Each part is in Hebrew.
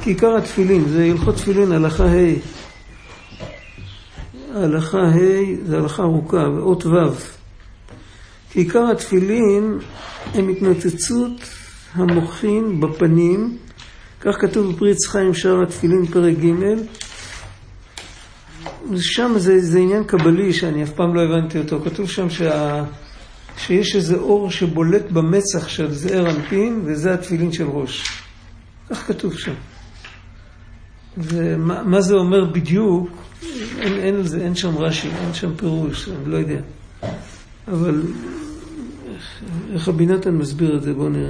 כיכר התפילין, זה הלכות תפילין, הלכה ה'. הלכה ה' זה הלכה ארוכה, ואות ו'. כיכר התפילין הם התנוצצות המוחין בפנים, כך כתוב בפרי עץ חיים שער התפילין פרק ג'. שם זה עניין קבלי שאני אף פעם לא הבנתי אותו. כתוב שם שיש איזה אור שבולט במצח של זעיר אנפין, וזה התפילין של ראש. כך כתוב שם. ומה זה אומר בדיוק? אין שם רש"י, אין שם פירוש, אני לא יודע. אבל איך רבי נתן מסביר את זה? בואו נראה.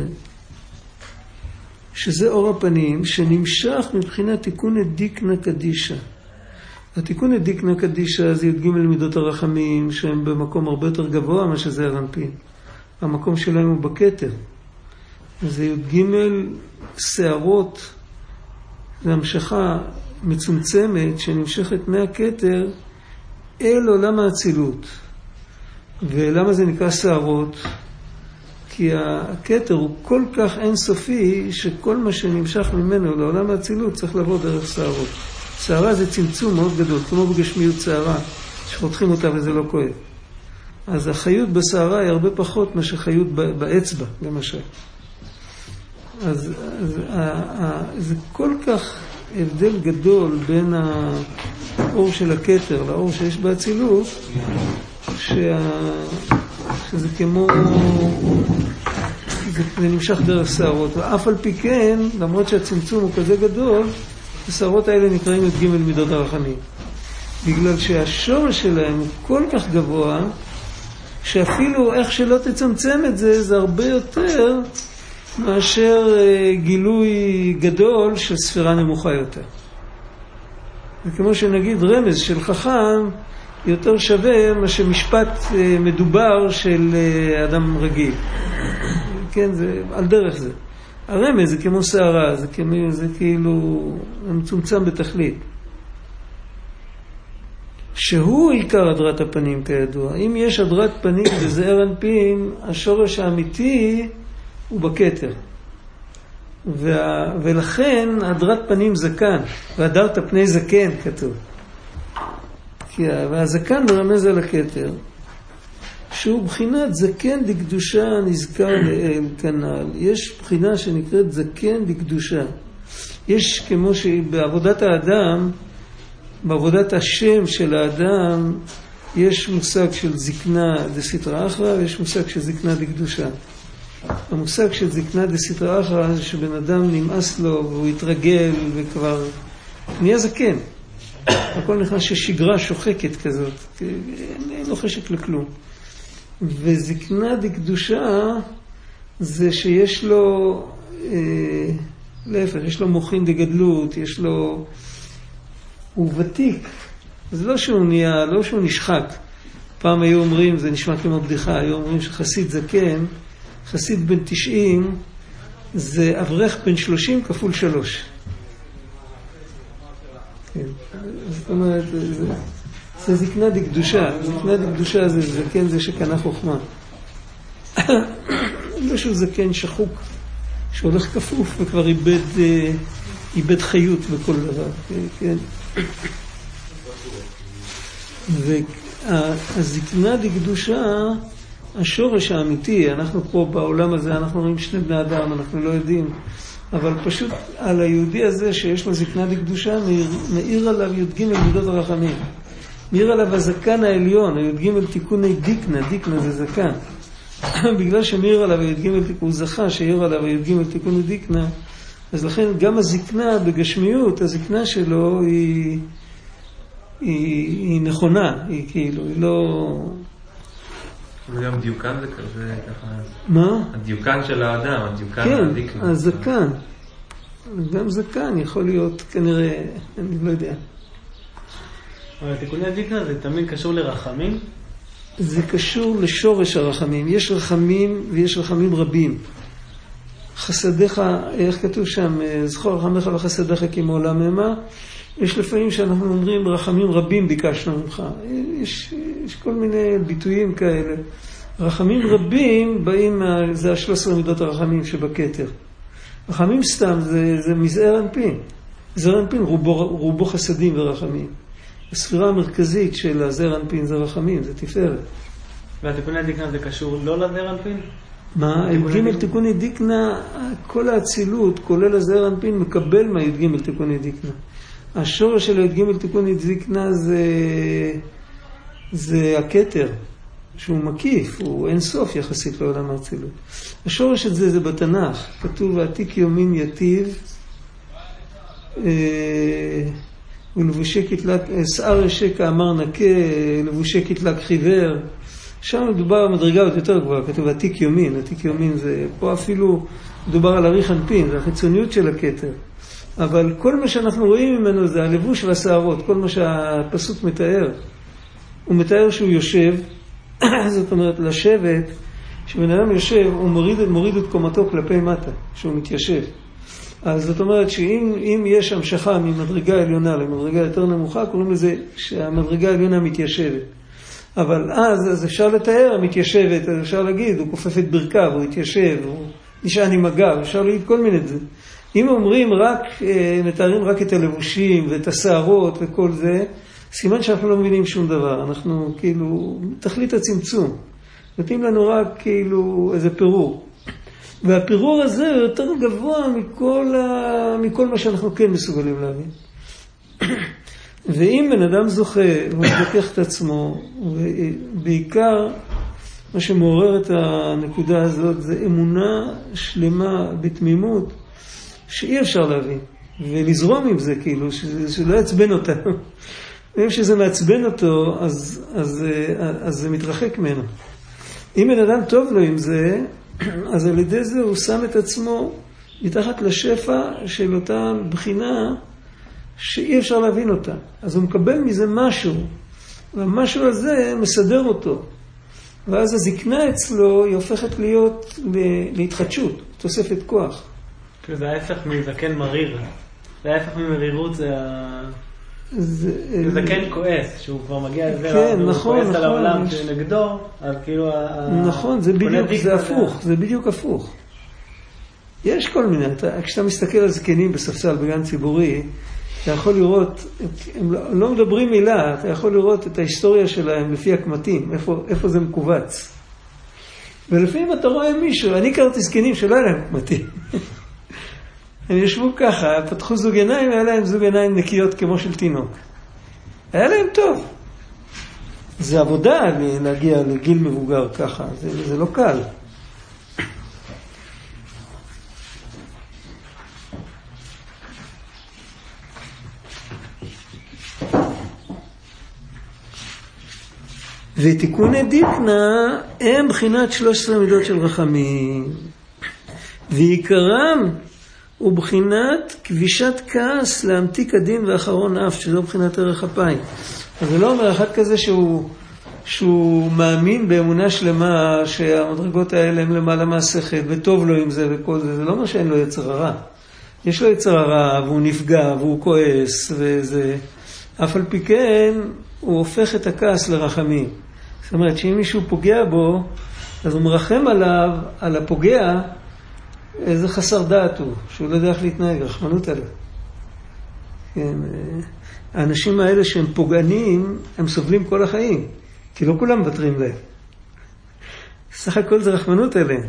שזה אור הפנים שנמשך מבחינת תיקון דיקנא קדישא. התיקון דיקנא קדישא זה י"ג מידות הרחמים שהם במקום הרבה יותר גבוה מה שזה הרנפין. המקום שלהם הוא בכתר. זה י"ג שערות, זה המשכה מצומצמת שנמשכת מהכתר אל עולם האצילות. ולמה זה נקרא שערות? כי הכתר הוא כל כך אינסופי שכל מה שנמשך ממנו לעולם האצילות צריך לבוא דרך שערות. שערה זה צמצום מאוד גדול, כמו בגשמיות שערה, שחותכים אותה וזה לא כואב. אז החיות בשערה היא הרבה פחות מאשר חיות באצבע, למשל. אז זה כל כך הבדל גדול בין האור של הכתר לאור שיש באצילות, שזה כמו... זה נמשך דרך שערות. ואף על פי כן, למרות שהצמצום הוא כזה גדול, השערות האלה נקראים את ג' מידות הרחמים. בגלל שהשורש שלהם הוא כל כך גבוה, שאפילו איך שלא תצמצם את זה, זה הרבה יותר מאשר גילוי גדול של ספירה נמוכה יותר. וכמו שנגיד רמז של חכם, יותר שווה מה שמשפט מדובר של אדם רגיל. כן, זה על דרך זה. הרמז זה כמו שערה, זה כאילו מצומצם בתכלית. שהוא עיקר הדרת הפנים כידוע. אם יש הדרת פנים בזעיר אנפין, השורש האמיתי הוא בכתר. ולכן הדרת פנים זקן, והדרת פני זקן כתוב. והזקן מרמז על הכתר, שהוא בחינת זקן דקדושה נזכר לאל כנ"ל. יש בחינה שנקראת זקן דקדושה. יש כמו שבעבודת האדם, בעבודת השם של האדם, יש מושג של זקנה דסתרא אחרא, ויש מושג של זקנה דקדושה. המושג של זקנה דסתרא אחרא זה שבן אדם נמאס לו והוא יתרגל וכבר נהיה זקן. הכל נכנס ששגרה שוחקת כזאת, אין לו חשק לכלום. וזקנה דקדושה זה שיש לו, להפך, יש לו מוחין דגדלות, יש לו, הוא ותיק. זה לא שהוא נהיה, לא שהוא נשחק. פעם היו אומרים, זה נשמע כמו בדיחה, היו אומרים שחסיד זקן, חסיד בן 90, זה אברך בן 30 כפול 3. כן. זאת אומרת, זה זקנה דקדושה. זקנה דקדושה זה זקן זה שקנה חוכמה. לא שהוא זקן שחוק, שהולך כפוף וכבר איבד חיות בכל דבר. כן. והזקנה דקדושה, השורש האמיתי, אנחנו פה בעולם הזה, אנחנו רואים שני בני אדם, אנחנו לא יודעים, אבל פשוט על היהודי הזה שיש לו זקנה דקדושה, מאיר עליו י"ג מידות הרחמים. מאיר עליו הזקן העליון, הי"ג תיקוני דיקנה, דיקנה זה זקן. בגלל שמאיר עליו י"ג הוא זכה שאיר עליו י"ג תיקוני דיקנה, אז לכן גם הזקנה בגשמיות, הזקנה שלו היא נכונה, היא כאילו, היא לא... וגם דיוקן זה כזה ככה... מה? הדיוקן של האדם, הדיוקן כן, הדיקנה. כן, הזקן. גם זקן יכול להיות כנראה, אני לא יודע. אבל תיקוני הדיקנה זה תמיד קשור לרחמים? זה קשור לשורש הרחמים. יש רחמים ויש רחמים רבים. חסדיך, איך כתוב שם, זכור רחמך וחסדיך כמו עולם המה. יש לפעמים שאנחנו אומרים רחמים רבים ביקשנו ממך. יש כל מיני ביטויים כאלה. רחמים רבים באים, זה 13 מידות הרחמים שבכתר. רחמים סתם זה מזעיר אנפין. זעיר אנפין רובו חסדים ורחמים. הספירה המרכזית של הזעיר אנפין זה רחמים, זה תפארת. והתיקוני דיקנה זה קשור לא לזעיר אנפין? מה? י"ג תיקוני דיקנה, כל האצילות, כולל הזעיר אנפין, מקבל מהי"ג תיקוני דיקנה. השורש של י"ג תיקוני דיקנה זה הכתר, שהוא מקיף, הוא אין סוף יחסית לעולם האצילות. השורש של זה בתנ"ך, כתוב ועתיק יומין יתיב, ולבושי קטלק, שער השק האמר נקה, לבושי קטלק חיוור. שם מדובר על מדרגה יותר גבוהה, כתוב עתיק יומין. עתיק יומין זה, פה אפילו מדובר על אריך אנפין, זה החיצוניות של הכתר. אבל כל מה שאנחנו רואים ממנו זה הלבוש והשערות, כל מה שהפסוק מתאר. הוא מתאר שהוא יושב, זאת אומרת לשבת, כשבן אדם יושב הוא מוריד את קומתו כלפי מטה, שהוא מתיישב. אז זאת אומרת שאם יש המשכה ממדרגה עליונה למדרגה יותר נמוכה, קוראים לזה שהמדרגה העליונה מתיישבת. אבל אז אפשר לתאר, המתיישבת, אז אפשר להגיד, הוא כופף את ברכיו, הוא התיישב, הוא נשען עם הגב, אפשר להגיד כל מיני זה. אם אומרים מתארים רק את הלבושים ואת השערות וכל זה, סימן שאנחנו לא מבינים שום דבר. אנחנו כאילו, תכלית הצמצום. נותנים לנו רק כאילו איזה פירור. והפירור הזה הוא יותר גבוה מכל מה שאנחנו כן מסוגלים להבין. ואם בן אדם זוכה, הוא מתלקח את עצמו, ובעיקר מה שמעורר את הנקודה הזאת, זה אמונה שלמה בתמימות, שאי אפשר להבין. ולזרום עם זה כאילו, שלא יעצבן אותנו. ואם שזה מעצבן אותו, אז זה מתרחק ממנו. אם בן אדם טוב לו עם זה, אז על ידי זה הוא שם את עצמו מתחת לשפע של אותה בחינה שאי אפשר להבין אותה. אז הוא מקבל מזה משהו, והמשהו הזה מסדר אותו. ואז הזקנה אצלו היא הופכת להיות להתחדשות, תוספת כוח. זה ההפך מזקן מריר. זה ההפך ממרירות, זה זקן כועס, שהוא כבר מגיע לזה, כן, הוא נכון, כועס על נכון, העולם שנגדו, אז כאילו... נכון, זה בדיוק, זה הפוך, זה בדיוק הפוך. יש כל מיני, כשאתה מסתכל על זקנים בספסל בגן ציבורי, אתה יכול לראות, הם לא מדברים מילה, אתה יכול לראות את ההיסטוריה שלהם לפי הקמטים, איפה זה מקובץ. ולפעמים אתה רואה מישהו, אני קראתי זקנים שלא היה להם קמטים. הם ישבו ככה, פתחו זוג עיניים, היה להם זוג עיניים נקיות כמו של תינוק. היה להם טוב. זה עבודה להגיע לגיל מבוגר ככה, זה לא קל. ותיקוני דיקנה הם בחינת 13 מידות של רחמים. ועיקרם הוא בחינת כבישת כעס להמתיק הדין ואחרון אף, שזו בחינת ערך אפיים. אז זה לא אומר אחד כזה שהוא מאמין באמונה שלמה שהמדרגות האלה הם למעלה מהשכל וטוב לו עם זה וכל זה. זה לא אומר שאין לו יצר הרע. יש לו יצר הרע והוא נפגע והוא כועס וזה. אף על פי כן הוא הופך את הכעס לרחמים. זאת אומרת שאם מישהו פוגע בו, אז הוא מרחם עליו, על הפוגע, איזה חסר דעת הוא, שהוא לא יודע איך להתנהג, רחמנות עליו. כן, האנשים האלה שהם פוגענים, הם סובלים כל החיים, כי לא כולם מוותרים להם. סך הכל זה רחמנות עליהם.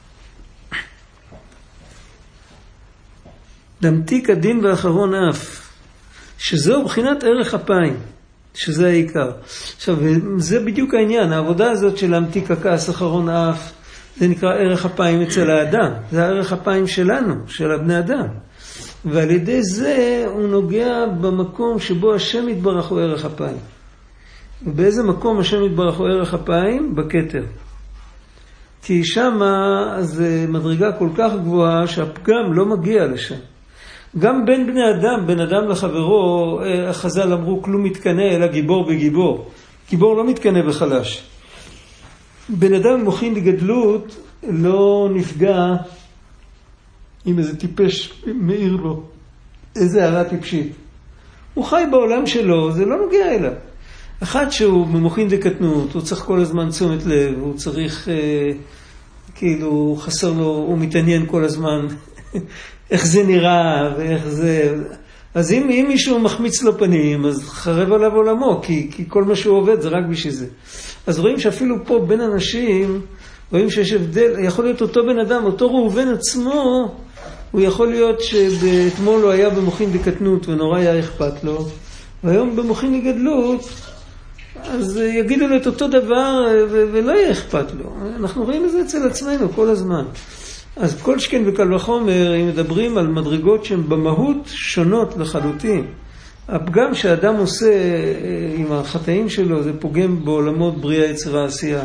להמתיק הדין ואחרון אף, שזהו בחינת ערך אפיים, שזה העיקר. עכשיו, זה בדיוק העניין, העבודה הזאת של להמתיק הכעס אחרון אף, זה נקרא ערך אפיים אצל האדם. זה הערך אפיים שלנו, של הבני אדם. ועל ידי זה הוא נוגע במקום שבו השם יתברך הוא ערך אפיים. ובאיזה מקום השם יתברך הוא ערך אפיים? בכתר. כי שמה זה מדרגה כל כך גבוהה שהפגם לא מגיע לשם. גם בין בני אדם, בין אדם לחברו, החז"ל אמרו כלום מתקנא אלא גיבור בגיבור. גיבור לא מתקנא בחלש. בן אדם מוכין לגדלות לא נפגע אם איזה טיפש מאיר לו איזה הערה טיפשית. הוא חי בעולם שלו, זה לא נוגע אליו. אחד שהוא ממוכין לקטנות, הוא צריך כל הזמן תשומת לב, הוא צריך כאילו חסר לו, הוא מתעניין כל הזמן איך זה נראה ואיך זה. אז אם מישהו מחמיץ לו פנים, אז חרב עליו עולמו, כי כל מה שהוא עובד זה רק בשביל זה. אז רואים שאפילו פה בין אנשים, רואים שיש הבדל, יכול להיות אותו בן אדם, אותו ראובן עצמו, הוא יכול להיות שבאתמול הוא היה במוחין בקטנות ונורא היה אכפת לו, והיום במוחין בגדלות, אז יגידו לו את אותו דבר ולא יהיה אכפת לו. אנחנו רואים את זה אצל עצמנו כל הזמן. אז כל שכן וקל וחומר, אם מדברים על מדרגות שהן במהות שונות לחלוטין. הפגם שהאדם עושה עם החטאים שלו, זה פוגם בעולמות בריאה יצירה עשייה.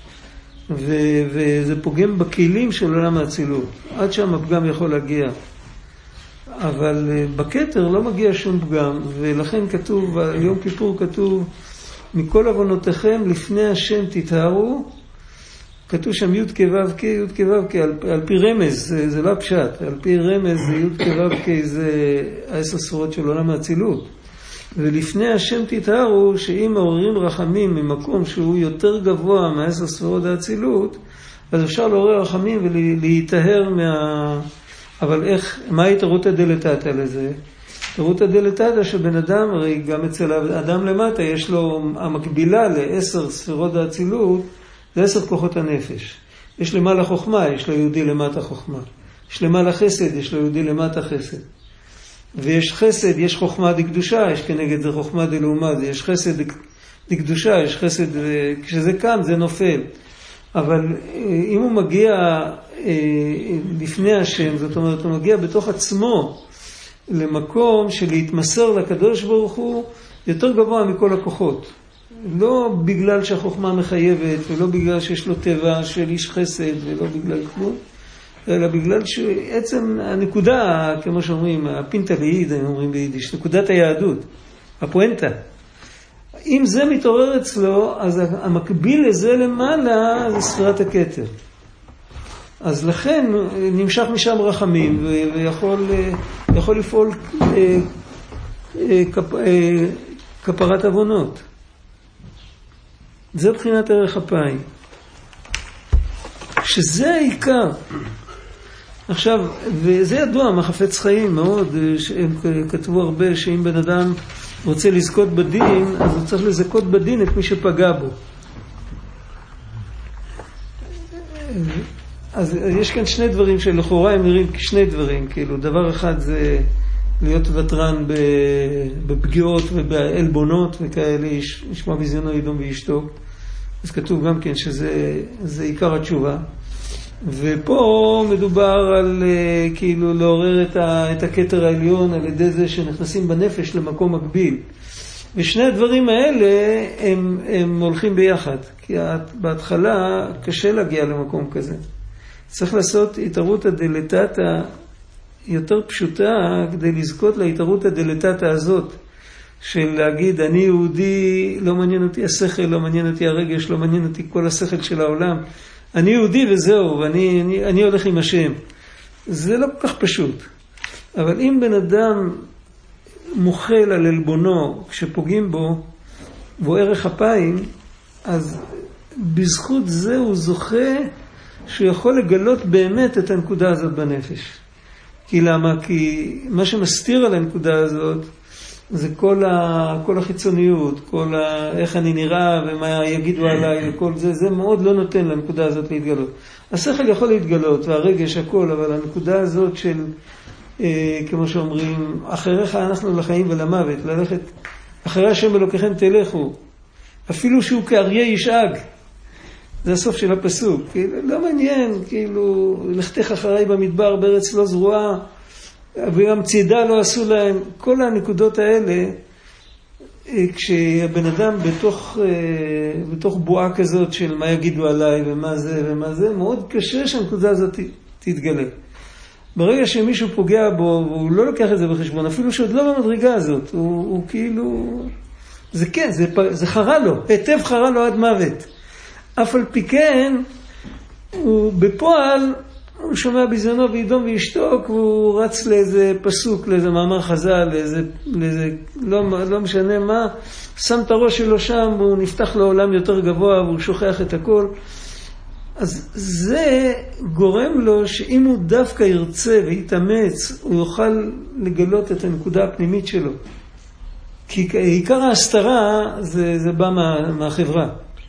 וזה פוגם בכלים של עולם האצילות. עד שם הפגם יכול להגיע. אבל בכתר לא מגיע שום פגם, ולכן כתוב, יום כיפור כתוב, מכל עוונותיכם לפני השם תטהרו, כתוב שם י' כו' כ', י' כו' כ', על פי רמז, זה לא פשט, על פי רמז זה י' כו' כ', זה 10 ספרות של עולם האצילות. ולפני השם תטהרו, שאם מעוררים רחמים ממקום שהוא יותר גבוה מ10 ספרות האצילות, אז אפשר לעורר רחמים ולהיטהר אבל איך, מה ההתערותא דלתתא לזה? התערותא דלתתא שבן אדם, הרי גם אצל האדם למטה יש לו המקבילה ל10 ספרות האצילות, זה 10 כוחות הנפש. יש למעלה חוכמה, יש ליהודי למטה חוכמה. יש למעלה חסד, יש ליהודי למטה חסד. ויש חסד, יש חוכמה דקדושה, יש כנגד זה חוכמה דלעומה, יש חסד דקדושה, יש חסד, כשזה קם זה נופל. אבל אם הוא מגיע לפני השם, זאת אומרת, הוא מגיע בתוך עצמו למקום של להתמסר לקדוש ברוך הוא יותר גבוה מכל הכוחות. לא בגלל שהחוכמה מחייבת, ולא בגלל שיש לו טבע של איש חסד, ולא בגלל כלום, אלא בגלל שעצם הנקודה, כמו שאומרים, הפינטליד, אומרים ביידיש, נקודת היהדות, הפואנטה. אם זה מתעורר אצלו, אז המקביל לזה למעלה זה ספירת הכתר. אז לכן נמשך משם רחמים, ויכול לפעול כפרת עוונות. זה בחינת ערך אפיים. שזה העיקר. עכשיו, וזה ידוע, מחפץ חיים מאוד, שהם כתבו הרבה, שאם בן אדם רוצה לזכות בדין, אז הוא צריך לזכות בדין את מי שפגע בו. אז יש כאן שני דברים שלכאורה הם נראים כשני דברים, כאילו, דבר אחד זה להיות וטרן בפגיעות ובעלבונות וכאלה, ישמע בזיונו ידום וישתוק. אז כתוב גם כן שזה עיקר התשובה. ופה מדובר על כאילו לעורר את הכתר העליון על ידי זה שנכנסים בנפש למקום מקביל. ושני הדברים האלה הם הולכים ביחד. כי בהתחלה קשה להגיע למקום כזה. צריך לעשות התערותא דלתתא יותר פשוטה כדי לזכות להתערותא דלתתא הזאת. של להגיד, אני יהודי, לא מעניין אותי השכל, לא מעניין אותי הרגש, לא מעניין אותי כל השכל של העולם. אני יהודי וזהו, ואני הולך עם השם. זה לא כל כך פשוט. אבל אם בן אדם מוחל על אלבונו כשפוגעים בו, והוא ערך אפיים, אז בזכות זה הוא זוכה שהוא יכול לגלות באמת את הנקודה הזאת בנפש. כי למה? כי מה שמסתיר על הנקודה הזאת, זה כל החיצוניות, איך אני נראה ומה יגידו עליי וכל זה, זה מאוד לא נותן לנקודה הזאת להתגלות. השכל יכול להתגלות והרגש הכל, אבל הנקודה הזאת של, כמו שאומרים, אחריך אנחנו לחיים ולמוות, ללכת, אחרי השם אלוקיכם תלכו, אפילו שהוא כאריה ישאג, זה הסוף של הפסוק, כאילו, לא מעניין, כאילו, לכתך אחריי במדבר בארץ לא זרועה, וגם צידה לא עשו להם. כל הנקודות האלה, כשהבן אדם בתוך בועה כזאת של מה יגידו עליי ומה זה ומה זה, מאוד קשה שהנקודה הזאת תתגלה. ברגע שמישהו פוגע בו, והוא לא לוקח את זה בחשבון, אפילו שעוד לא במדרגה הזאת, הוא כאילו, זה כן, זה חרה לו, היטב חרה לו עד מוות. אף על פי כן, הוא בפועל, הוא שומע בזיונו וידום וישתוק, והוא רץ לאיזה פסוק, לאיזה מאמר חז"ל, לאיזה לא משנה מה, שם את הראש שלו שם, והוא נפתח לעולם יותר גבוה, והוא שוכח את הכל. אז זה גורם לו שאם הוא דווקא ירצה ויתאמץ, הוא יוכל לגלות את הנקודה הפנימית שלו. כי עיקר ההסתרה זה בא מהחברה.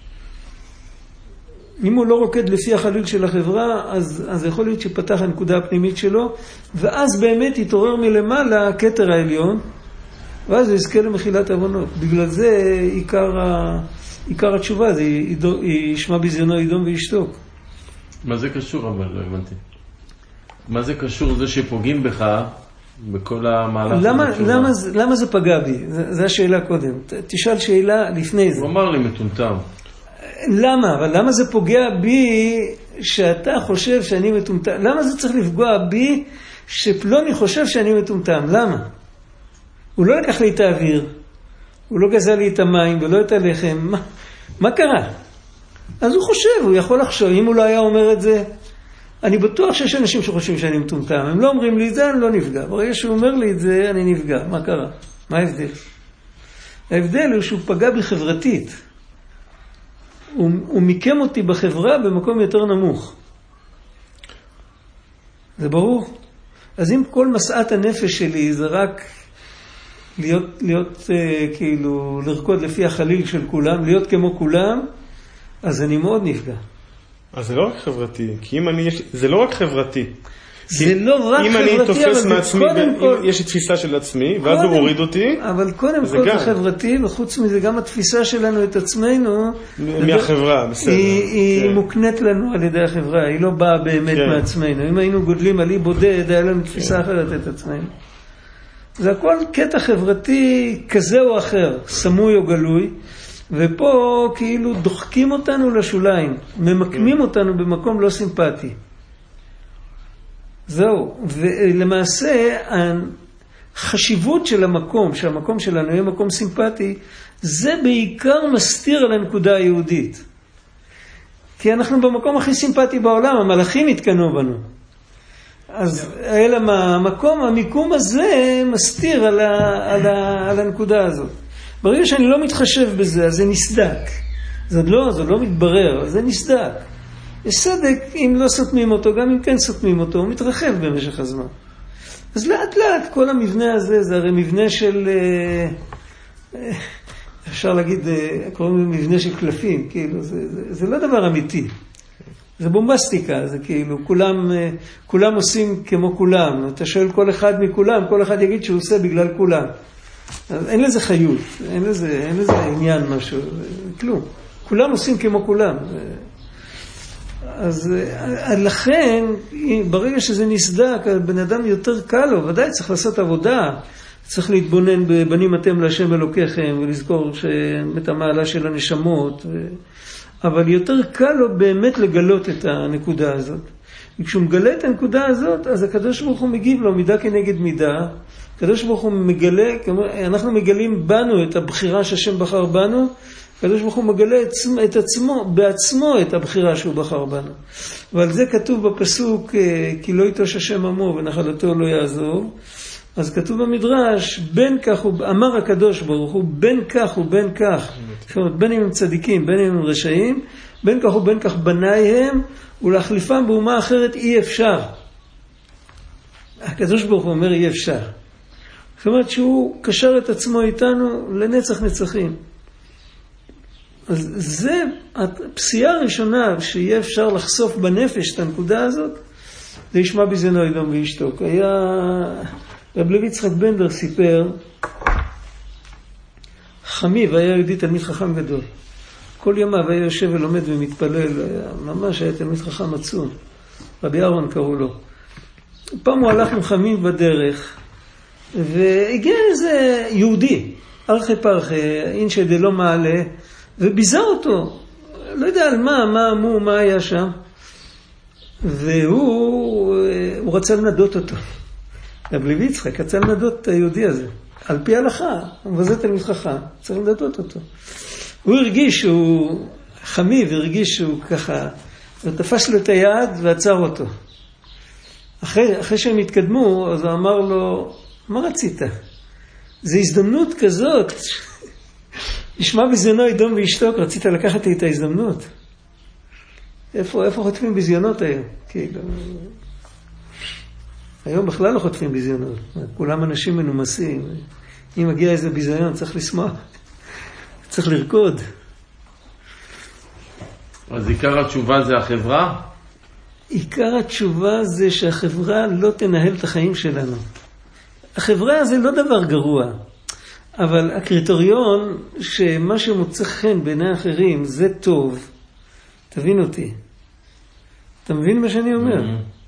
אם הוא לא רוקד לפי החליל של החברה, אז יכול להיות שפתח הנקודה הפנימית שלו, ואז באמת יתעורר מלמעלה הכתר העליון, ואז הוא יזכה למחילת עוונות. בגלל זה עיקר התשובה, זה ישמע בזיונו ידום וישתוק. מה זה קשור אבל? לא הבנתי. מה זה קשור זה שפוגעים בך בכל המהלך? למה זה פגע בי? זו השאלה קודם. תשאל שאלה לפני זה. הוא אמר לי מטומטם. למה? אבל למה זה פוגע בי שאתה חושב שאני מטומטם? למה זה צריך לפגוע בי שפלוני חושב שאני מטומטם? למה? הוא לא לקח לי את האוויר, הוא לא גזל לי את המים ולא את הלחם. מה קרה? אז הוא חושב, הוא יכול לחשוב. אם הוא לא היה אומר את זה, אני בטוח שיש אנשים שחושבים שאני מטומטם. הם לא אומרים לי את זה, אני לא נפגע. ברגע שהוא אומר לי את זה, אני נפגע. מה קרה? מה ההבדל? ההבדל הוא שהוא פגע בי חברתית. הוא מיקם אותי בחברה במקום יותר נמוך. זה ברור? אז אם כל מסעת הנפש שלי זה רק להיות כאילו לרקוד לפי החליל של כולם, להיות כמו כולם, אז אני מאוד נפגע. אז זה לא רק חברתי, כי זה לא רק חברתי. זה לא רק חברתי, אם אני תופס מעצמי, יש תפיסה של עצמי, ואז הוא הוריד אותי. אבל קודם כל זה חברתי, וחוץ מזה גם התפיסה שלנו את עצמנו, מהחברה, בסדר. היא מוקנית לנו על ידי החברה, היא לא באה באמת מעצמנו. אם היינו גודלים על אי בודד, היה לנו תפיסה אחרת את עצמנו. זה הכל קטע חברתי כזה או אחר, סמוי או גלוי, ופה כאילו דוחקים אותנו לשוליים, ממקמים אותנו במקום לא סימפטי. זהו, ולמעשה החשיבות של המקום, שהמקום שלנו יהיה מקום סימפטי, זה בעיקר מסתיר על הנקודה היהודית. כי אנחנו במקום הכי סימפטי בעולם, המלאכים התקנו בנו. אז אלא המיקום הזה מסתיר על הנקודה הזאת. ברגע שאני לא מתחשב בזה, אז זה נסדק. זה לא מתברר, זה נסדק. יש סדק אם לא סותמים אותו, גם אם כן סותמים אותו, הוא מתרחב במשך הזמן. אז לאט לאט כל המבנה הזה, זה הרי מבנה של, אפשר להגיד, קוראים לו מבנה של קלפים, כאילו, זה לא דבר אמיתי. זה בומבסטיקה, זה כאילו, כולם עושים כמו כולם. אתה שואל כל אחד מכולם, כל אחד יגיד שהוא עושה בגלל כולם. אז אין לזה חיות, אין לזה עניין משהו, כלום. כולם עושים כמו כולם. אז לכן, ברגע שזה נסדק, בן אדם יותר קל לו, ודאי צריך לעשות עבודה, צריך להתבונן בבנים אתם להשם אלוקיכם, ולזכור את המעלה של הנשמות, אבל יותר קל לו באמת לגלות את הנקודה הזאת. וכשהוא מגלה את הנקודה הזאת, אז הקדוש ברוך הוא מגיב לו מידה כנגד מידה. הקדוש ברוך הוא מגלה, אנחנו מגלים בנו את הבחירה שהשם בחר בנו, הקדוש ברוך הוא מגלה את עצמו, בעצמו את הבחירה שהוא בחר בנו. ועל זה כתוב בפסוק, כי לא יטוש השם עמו ונחלתו לא יעזוב. אז כתוב במדרש, בין כך, אמר הקדוש ברוך הוא, בין כך ובין כך, זאת אומרת, בין אם הם צדיקים, בין אם הם רשעים, בין כך ובין כך בנייהם, ולהחליפם באומה אחרת אי אפשר. הקדוש ברוך הוא אומר אי אפשר. זאת אומרת שהוא קשר את עצמו איתנו לנצח נצחים. אז זה הפסיעה הראשונה שיהיה אפשר לחשוף בנפש את הנקודה הזאת, זה ישמע בזיונו ידום וישתוק. רב לוי יצחק בנדר סיפר, חמיב היה יהודי תלמיד חכם גדול. כל ימיו היה יושב ולומד ומתפלל, ממש היה תלמיד חכם עצום. רבי אהרון קראו לו. פעם הוא הלך עם חמיב בדרך, והגיע איזה יהודי, ארכי פרחי, אינשי דלא מעלה, וביזר אותו. לא יודע על מה היה שם. והוא רצה לנדות אותו. רב לוי יצחק רצה לנדות את היהודי הזה. על פי הלכה, הוא מבזה תלמיד חכם, צריך לנדות אותו. הוא הרגיש שהוא חמיב, הרגיש שהוא ככה, ותפס לו את היד ועצר אותו. אחרי שהם התקדמו, אז הוא אמר לו, מה רצית? זו הזדמנות כזאת, ישמע בזיונו ידום וישתוק, רצית לקחת לי את ההזדמנות. איפה חוטפים ביזיונות היום? כאילו, היום בכלל לא חוטפים ביזיונות. כולם אנשים מנומסים. אם מגיע איזה ביזיון, צריך לשמוח. צריך לרקוד. אז עיקר התשובה זה החברה? עיקר התשובה זה שהחברה לא תנהל את החיים שלנו. החברה זה לא דבר גרוע, אבל הקריטריון שמה שמוצא חן בעיני האחרים זה טוב. תבין אותי. אתה מבין מה שאני אומר?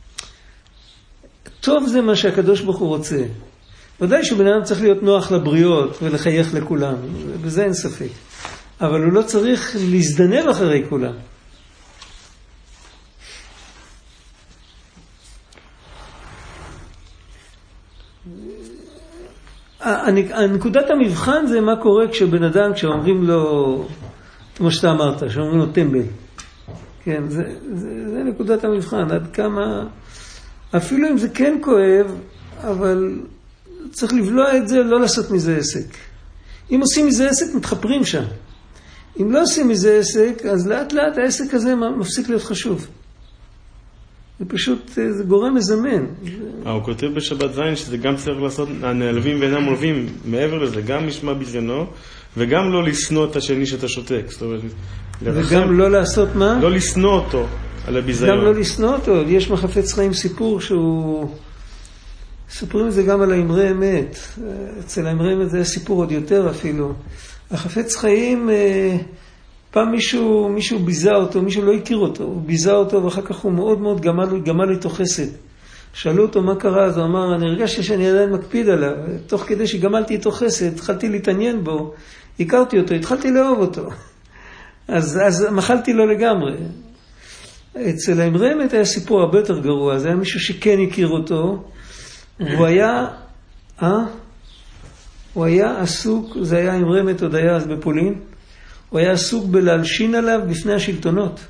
טוב זה מה שהקדוש ברוך הוא רוצה. ודאי שבן אדם צריך להיות נוח לבריות ולחייך לכולם, בזה אין ספק. אבל הוא לא צריך להזדנב אחרי כולם. הנקודת המבחן זה מה קורה כשבן אדם, כשאומרים לו, כמו שאתה אמרת, שאומרים לו טמבל. כן, זה נקודת המבחן, עד כמה, אפילו אם זה כן כואב, אבל צריך לבלוע את זה, לא לעשות מזה עסק. אם עושים מזה עסק, מתחפרים שם. אם לא עושים מזה עסק, אז לאט לאט העסק הזה מפסיק להיות חשוב. זה פשוט, זה גורם מזמן. הוא כותב בשבת זין שזה גם צריך לעשות, הנעלבים ואינם מולבים, מעבר לזה, גם משמע ביזיונו, וגם לא לשנוא את השני שאתה שותק. זאת אומרת, וגם לא לעשות מה? לא לשנוא אותו על הביזיון. גם לא לשנוא אותו. יש מחפץ חיים סיפור שהוא... ספרים את זה גם על האמרי אמת. אצל האמרי אמת זה היה סיפור עוד יותר אפילו. החפץ חיים, פעם מישהו ביזה אותו, מישהו לא הכיר אותו, הוא ביזה אותו ואחר כך הוא מאוד מאוד גמל איתו חסד. שאלו אותו מה קרה, אז הוא אמר, אני הרגשתי שאני עדיין מקפיד עליו. תוך כדי שגמלתי איתו חסד, התחלתי להתעניין בו, הכרתי אותו, התחלתי לאהוב אותו. אז מחלתי לו לגמרי. אצל האמרי אמת היה סיפור הרבה יותר גרוע, זה היה מישהו שכן הכיר אותו, הוא היה עסוק, זה היה אמרי אמת עוד היה אז בפולין, הוא היה עסוק בלהלשין עליו בפני השלטונות.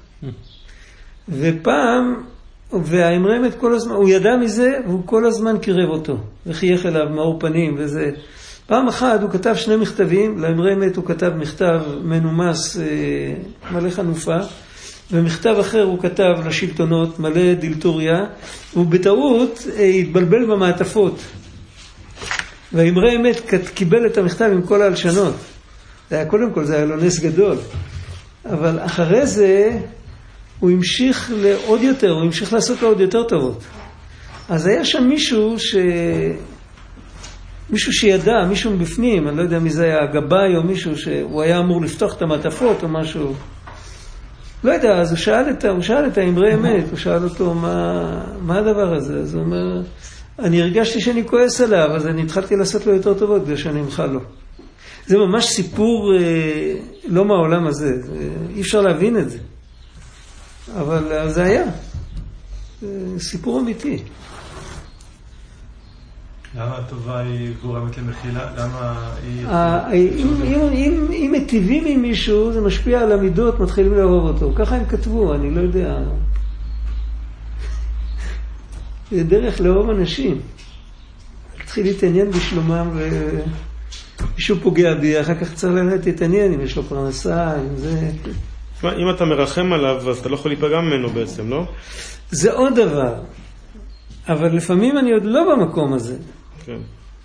ופעם, והאמרי אמת כל הזמן, הוא ידע מזה, והוא כל הזמן קירב אותו, וחייך אליו מאור פנים וזה. פעם אחת הוא כתב 2 מכתבים, לאמרי אמת הוא כתב מכתב מנומס מלא חנופה, ומכתב אחר הוא כתב לשלטונות מלא דילטוריה, ובטעות התבלבל במעטפות. והאמרי אמת קיבל את המכתב עם כל ההלשנות. קודם כל זה היה לו נס גדול. אבל אחרי זה הוא המשיך לעוד יותר, הוא המשיך לעשות לו עוד יותר טובות. אז היה שם מישהו שידע, מישהו מבפנים, אני לא יודע מי זה היה, הגבאי או מישהו שהוא היה אמור לפתוח את המעטפות או משהו. לא יודע, אז הוא שאל את האמרי אמת, הוא שאל אותו מה הדבר הזה. אז הוא אומר, אני הרגשתי שאני כועס עליו, אז אני התחלתי לעשות לו יותר טובות כדי שאני אמחה לו. זה ממש סיפור לא מהעולם הזה, אי אפשר להבין את זה. אבל זה היה סיפור אמיתי. למה הטובה היא גורמת למחילה? למה היא... אם מטיבים עם מישהו, זה משפיע על המידות, מתחילים לאהוב אותו. ככה הם כתבו, אני לא יודע. זה דרך לאהוב אנשים. התחיל להתעניין בשלומם ומישהו פוגע בי, אחר כך צריך להתעניין אם יש לו פרנסה, אם זה... אם אתה מרחם עליו, אז אתה לא יכול להיפגע ממנו בעצם, לא? זה עוד דבר. אבל לפעמים אני עוד לא במקום הזה. כן.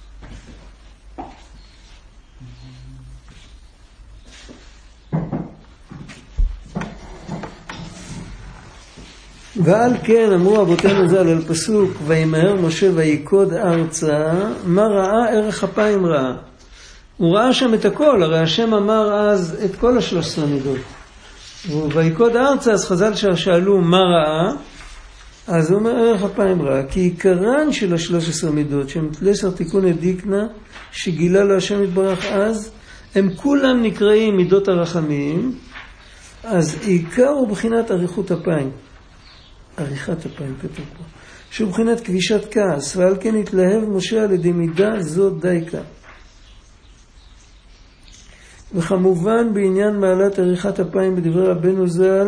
ועל כן אמרו אבותינו ז"ל על פסוק, וימהר משה ויקוד ארצה, מה ראה? ערך אפיים ראה. הוא ראה שם את הכל, הרי השם אמר אז את כל 13 מידות. ויקוד ארצה, אז חז"ל שאלו מה ראה? אז הוא אומר ערך אפיים ראה, כי עיקרן של 13 מידות, שהם 10 תיקוני דיקנה, שגילה לו השם יתברך אז, הם כולם נקראים מידות הרחמים, אז עיקר הוא בחינת אריכות אפיים. עריכת אפיים כתוב פה. שהוא בחינת כבישת כעס, ועל כן התלהב משה על ידי מידה זו דייקה. וכמובן בעניין מעלת עריכת אפיים בדברי רבנו ז"ל,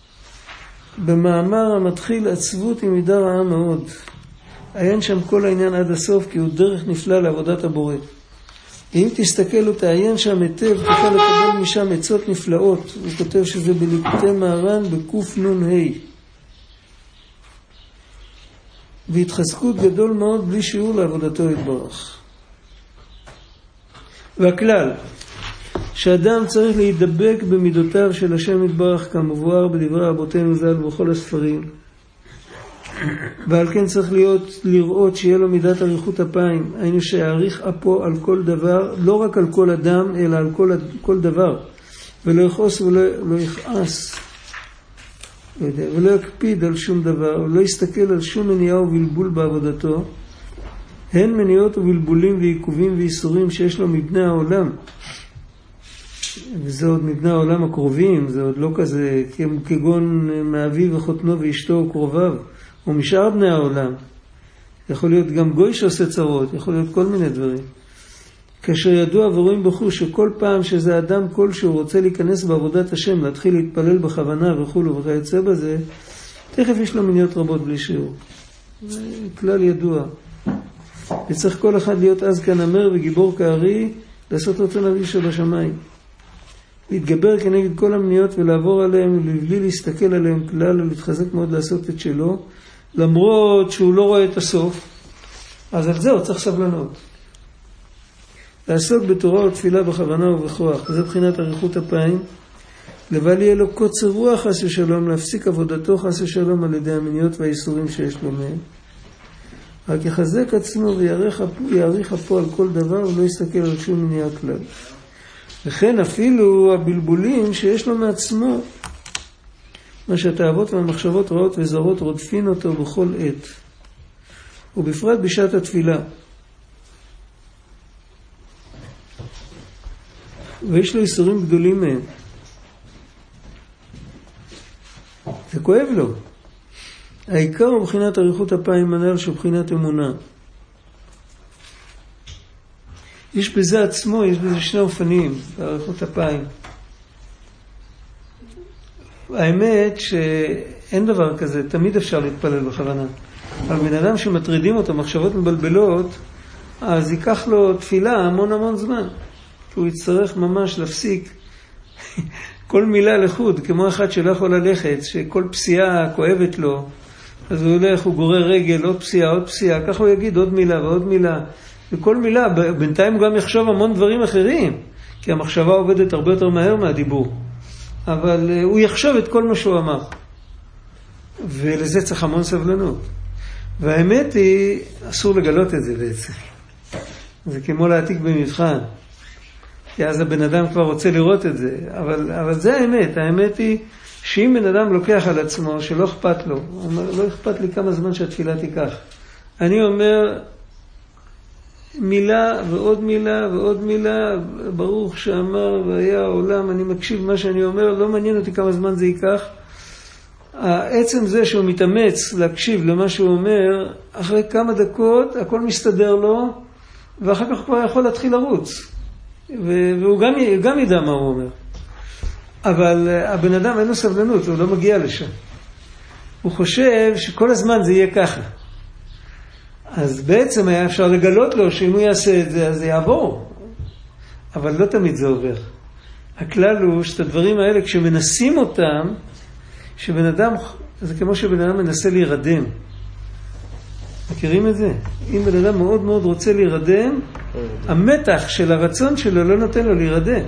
במאמר המתחיל עצבות עם מידה רעה מאוד. עיין שם כל העניין עד הסוף, כי הוא דרך נפלא לעבודת הבורא. אם תסתכל ותעיין שם היטב, תוכל לקבל משם עצות נפלאות. הוא כותב שזה בליקוטי מהר"ן בקוף נ"ה. והתחזקות גדול מאוד בלי שיעור לעבודתו יתברך. והכלל, שאדם צריך להידבק במידותיו של השם יתברך כמבואר בדברי רבותינו ז"ל בכל הספרים. ועל כן צריך לראות שיהיה לו מידת אריכות אפיים, היינו שיעריך אפו על כל דבר, לא רק על כל אדם, אלא על כל דבר, ולא יכעוס ולא יכעס, ולא יקפיד על שום דבר, ולא יסתכל על שום מניעה ובלבול בעבודתו, הן מניעות ובלבולים ועיכובים ואיסורים שיש לו מבני העולם, וזה עוד מבני העולם הקרובים, זה עוד לא כזה כגון מאביו וחותנו ואשתו וקרוביו, או משאר בני העולם. יכול להיות גם גוי שעושה צרות, יכול להיות כל מיני דברים. כאשר ידוע ורואים בחוש שכל פעם שזה אדם כלשהו רוצה להיכנס בעבודת השם, להתחיל להתפלל בכוונה וכו' וכיוצא בזה, תכף יש לו מיניות רבות בלי שיעור. זה כלל ידוע. וצריך כל אחד להיות אז כנמר וגיבור כארי, לעשות רצון אביו שבשמיים. להתגבר כנגד כל המניות ולעבור עליהם ובלי להסתכל עליהם כלל ולהתחזק מאוד לעשות את שלו, למרות שהוא לא רואה את הסוף, אז על זה הוא צריך סבלנות. לעסוק בתורה ותפילה בכוונה ובכוח, זה בחינת אריכות אפיים, לבל יהיה לו קוצר רוח חס ושלום, להפסיק עבודתו חס ושלום על ידי המניות והאיסורים שיש לו מהם. רק יחזק עצמו ויעריך אפו על כל דבר ולא יסתכל על שום מניעה כלל. וכן אפילו הבלבולים שיש לו מעצמו, מה שהתאוות והמחשבות רעות וזרות רודפין אותו בכל עת, ובפרט בשעת התפילה. ויש לו איסורים גדולים מהם. זה כואב לו. העיקר הוא בחינת אריכות אפיים הנ"ל שבחינת אמונה. יש בזה עצמו, יש בזה שני אופנים, באריכות אפיים. האמת שאין דבר כזה, תמיד אפשר להתפלל בכוונה. אבל בן אדם שמטרידים אותו, מחשבות מבלבלות, אז ייקח לו תפילה המון זמן. כי הוא יצטרך ממש להפסיק כל מילה לחוד, כמו אחד שלא יכול ללכת, שכל פסיעה כואבת לו, אז הוא הולך, הוא גורר רגל, עוד פסיעה, ככה הוא יגיד עוד מילה ועוד מילה. וכל מילה, בינתיים הוא גם יחשוב המון דברים אחרים, כי המחשבה עובדת הרבה יותר מהר מהדיבור. אבל הוא יחשוב את כל מה שהוא אמר. ולזה צריך המון סבלנות. והאמת היא, אסור לגלות את זה בעצם. זה כמו להעתיק במבחן. כי אז הבן אדם כבר רוצה לראות את זה. אבל זה האמת. האמת היא שאם בן אדם לוקח על עצמו שלא אכפת לו, הוא אומר, לא אכפת לי כמה זמן שהתפילה תיקח. אני אומר, מילה ועוד מילה ועוד מילה, ברוך שאמר והיה העולם, אני מקשיב מה שאני אומר, לא מעניין אותי כמה זמן זה ייקח. העצם זה שהוא מתאמץ להקשיב למה שהוא אומר, אחרי כמה דקות הכל מסתדר לו, ואחר כך כבר יכול להתחיל לרוץ. והוא גם ידע מה הוא אומר. אבל הבן אדם אין לו סבלנות, הוא לא מגיע לשם. הוא חושב שכל הזמן זה יהיה ככה. אז בעצם היה אפשר לגלות לו שאם הוא יעשה את זה, אז זה יעבור. אבל לא תמיד זה עובר. הכלל הוא שאת הדברים האלה, כשמנסים אותם, שבן אדם, זה כמו שבן אדם מנסה להירדם. מכירים את זה? אם בן אדם מאוד מאוד רוצה להירדם, המתח של הרצון שלו לא נותן לו להירדם.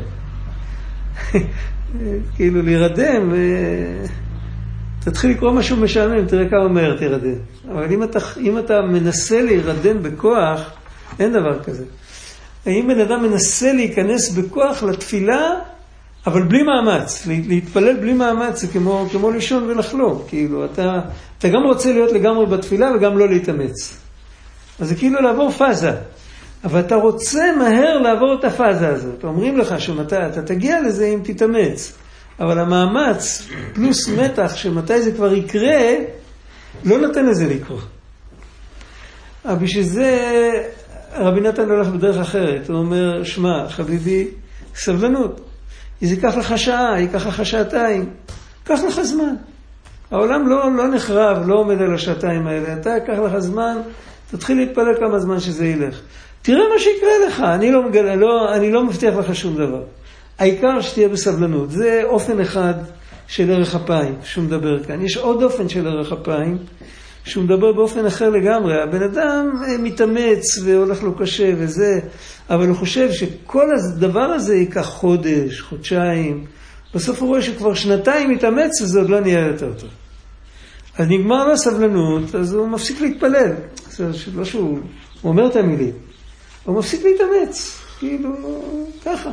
כאילו להירדם, תתחיל לקרוא משהו משעמם, תראה כמה מהר תירדם. אבל אם אתה מנסה להירדם בכוח, אין דבר כזה. אם בן אדם מנסה להיכנס בכוח לתפילה, אבל בלי מאמץ, להתפלל בלי מאמץ, זה כמו לישון ולחלום. כאילו, אתה גם רוצה להיות לגמרי בתפילה וגם לא להתאמץ. אז זה כאילו לעבור פאזה. אבל אתה רוצה מהר לעבור את הפאזה הזאת. אומרים לך אתה תגיע לזה אם תתאמץ. אבל המאמץ פלוס מתח שמתי זה כבר יקרה, לא נותן לזה לקרות. אבל בשביל זה רבי נתן הולך בדרך אחרת. הוא אומר, שמע, חביבי, סבלנות. זה ייקח לך שעה, ייקח לך שעתיים. קח לך זמן. העולם לא נחרב, לא עומד על השעתיים האלה. אתה ייקח לך זמן, תתחיל להתפלל כמה זמן שזה ילך. תראה מה שיקרה לך, אני לא מבטיח לך שום דבר. העיקר שתהיה בסבלנות. זה אופן אחד של ערך אפיים, שהוא מדבר כאן. יש עוד אופן של ערך אפיים, שהוא מדבר באופן אחר לגמרי. הבן אדם מתאמץ והולך לו קשה וזה, אבל הוא חושב שכל הדבר הזה ייקח חודש, חודשיים. בסוף הוא רואה שכבר שנתיים מתאמץ וזה עוד לא נהיה יותר טוב. אז נגמר לו הסבלנות, אז הוא מפסיק להתפלל. לא שהוא אומר את המילים. הוא מפסיק להתאמץ, כאילו, ככה.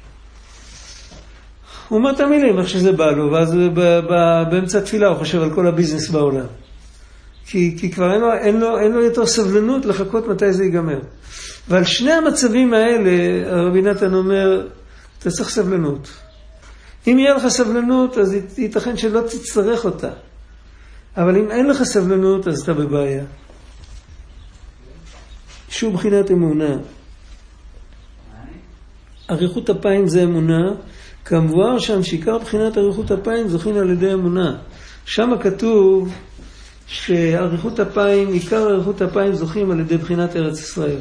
הוא אומר את המילים, איך שזה בא לו, ואז באמצע התפילה הוא חושב על כל הביזנס בעולם. כי כבר אין לו יותר סבלנות לחכות מתי זה ייגמר. ועל שני המצבים האלה, הרבי נתן אומר, אתה צריך סבלנות. אם יהיה לך סבלנות, אז ייתכן שלא תצטרך אותה. אבל אם אין לך סבלנות, אז אתה בבעיה. שוב בחינת אמונה. אריכות אפיים זה אמונה, כמבואר שם שעיקר בחינת אריכות אפיים זוכים על ידי אמונה. שם כתוב שאריכות אפיים, עיקר אריכות אפיים זוכים על ידי בחינת ארץ ישראל.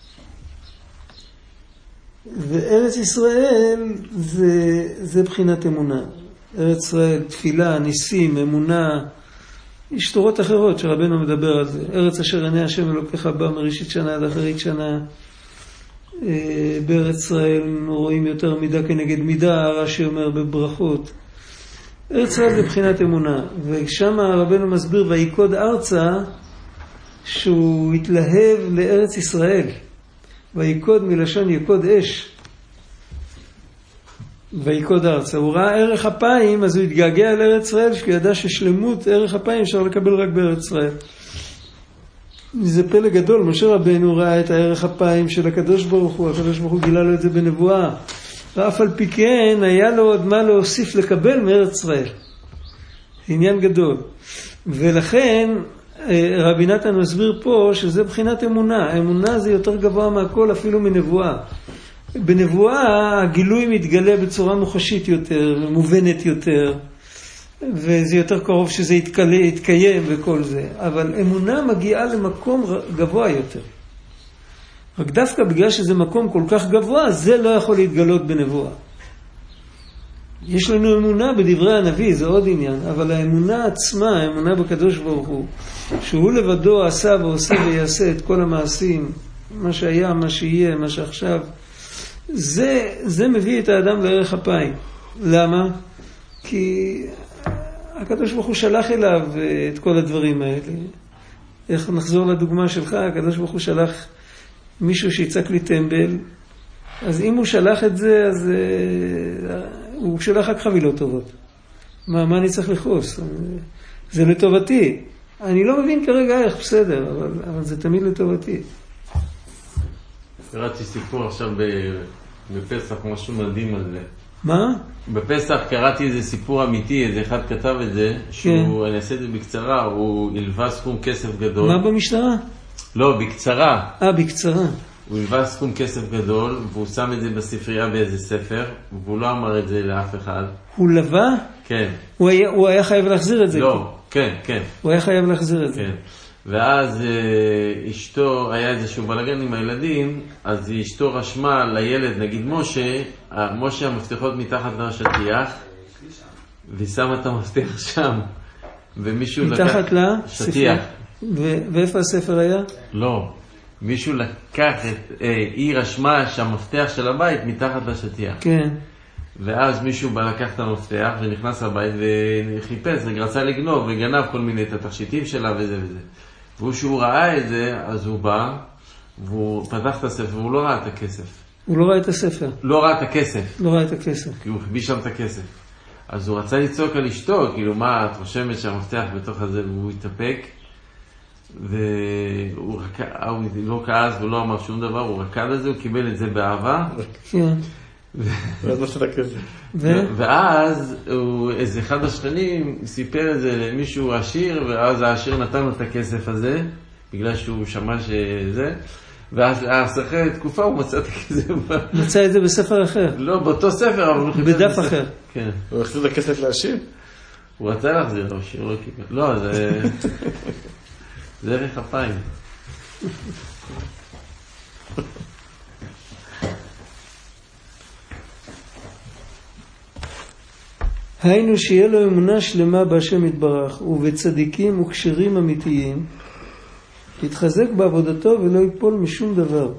וארץ ישראל זה בחינת אמונה. ארץ ישראל, תפילה, ניסים, אמונה, יש תורות אחרות שרבנו מדבר על זה. ארץ אשר עיני השם אלוקיך בא מראשית שנה עד אחרית שנה. בארץ ישראל רואים יותר מידה כנגד מידה, רש"י אומר בברכות. ארץ ישראל זה בחינת אמונה. ושם רבנו מסביר ויקוד ארצה שהוא התלהב לארץ ישראל. ויקוד מלשון יקוד אש. ויקוד ארצה. הוא ראה ערך אפיים, אז הוא התגעגע לארץ ישראל, שהוא ידע ששלמות ערך אפיים אפשר לקבל רק בארץ ישראל. זה פלא גדול. משה רבנו ראה את הערך אפיים של הקדוש ברוך הוא. הקדוש ברוך הוא גילה לו את זה בנבואה. ואף על פי כן היה לו עוד מה להוסיף לקבל מארץ ישראל. עניין גדול. ולכן רבי נתן מסביר פה שזה בחינת אמונה. אמונה זה יותר גבוה מהכל אפילו מנבואה. בנבואה הגילוי מתגלה בצורה מוחשית יותר, מובנת יותר, וזה יותר קרוב שזה יתקיים וכל זה. אבל אמונה מגיעה למקום גבוה יותר. רק דווקא בגלל שזה מקום כל כך גבוה, זה לא יכול להתגלות בנבואה. יש לנו אמונה בדברי הנביא, זה עוד עניין, אבל האמונה עצמה, האמונה בקדוש ברוך הוא, שהוא לבדו עשה ועושה ויעשה את כל המעשים, מה שהיה, מה שיהיה, מה שעכשיו, זה מביא את האדם לערך אפיים. למה? כי הקדוש ברוך הוא שלח אליו את כל הדברים האלה. איך נחזור לדוגמה שלך? הקדוש ברוך הוא שלח מישהו שיצק לי טמבל, אז אם הוא שלח את זה, אז הוא שלח רק חבילות טובות. מה אני צריך לכעוס? זה לטובתי. אני לא מבין כרגע איך, בסדר, אבל זה תמיד לטובתי. קראתי סיפור עכשיו בפסח, משהו מדהים על זה. מה? בפסח קראתי איזה סיפור אמיתי, איזה אחד כתב את זה, שהוא, אני אעשה את זה בקצרה, הוא הלווה סכום כסף גדול. מה במשטרה? לא, בקצרה. בקצרה. הוא הלווה סכום כסף גדול, והוא שם את זה בספרייה באיזה ספר, והוא לא אמר את זה לאף אחד. הוא לווה? כן. הוא היה חייב להחזיר את זה? לא, כן, כן. הוא היה חייב להחזיר את זה. כן. ואז אשתו, היה איזשהו בלגן עם הילדים, אז אשתו רשמה לילד, נגיד משה המפתחות מתחת לשטיח, והיא שמה את המפתח שם, ומישהו מתחת לשטיח. ואיפה הספר היה? לא, מישהו לקח היא רשמה שהמפתח של הבית מתחת לשטיח. כן. ואז מישהו בא לקח את המפתח ונכנס לבית וחיפש, רצה לגנוב וגנב כל מיני את התכשיטים שלה וזה וזה. והוא ראה את זה, אז הוא בא, והוא פתח את הספר, והוא לא ראה את הכסף. הוא לא ראה את הספר? לא ראה את הכסף. לא ראה את הכסף. כי הוא חביא שם את הכסף. אז הוא רצה לצעוק על אשתו, כאילו מה, את רושמת שהמפתח בתוך הזה, והוא התאפק, והוא לא כעס ולא אמר שום דבר, הוא רקד על זה, הוא קיבל את זה באהבה. כן. ואז נשת הכסף. ואז איזה אחד השכנים סיפר את זה למישהו עשיר, ואז העשיר נתן לו את הכסף הזה, בגלל שהוא שמע שזה, ואז אחרי תקופה הוא מצא את הכסף. מצא את זה בספר אחר? לא, באותו ספר, אבל הוא חיפש בדף אחר. כן. הוא החזיר את הכסף לעשיר? הוא רצה להחזיר לעשיר, לא קיבל. לא, זה ערך אפיים. היינו שיהיה לו אמונה שלמה בהשם יתברך, ובצדיקים וכשרים אמיתיים, יתחזק בעבודתו ולא ייפול משום דבר.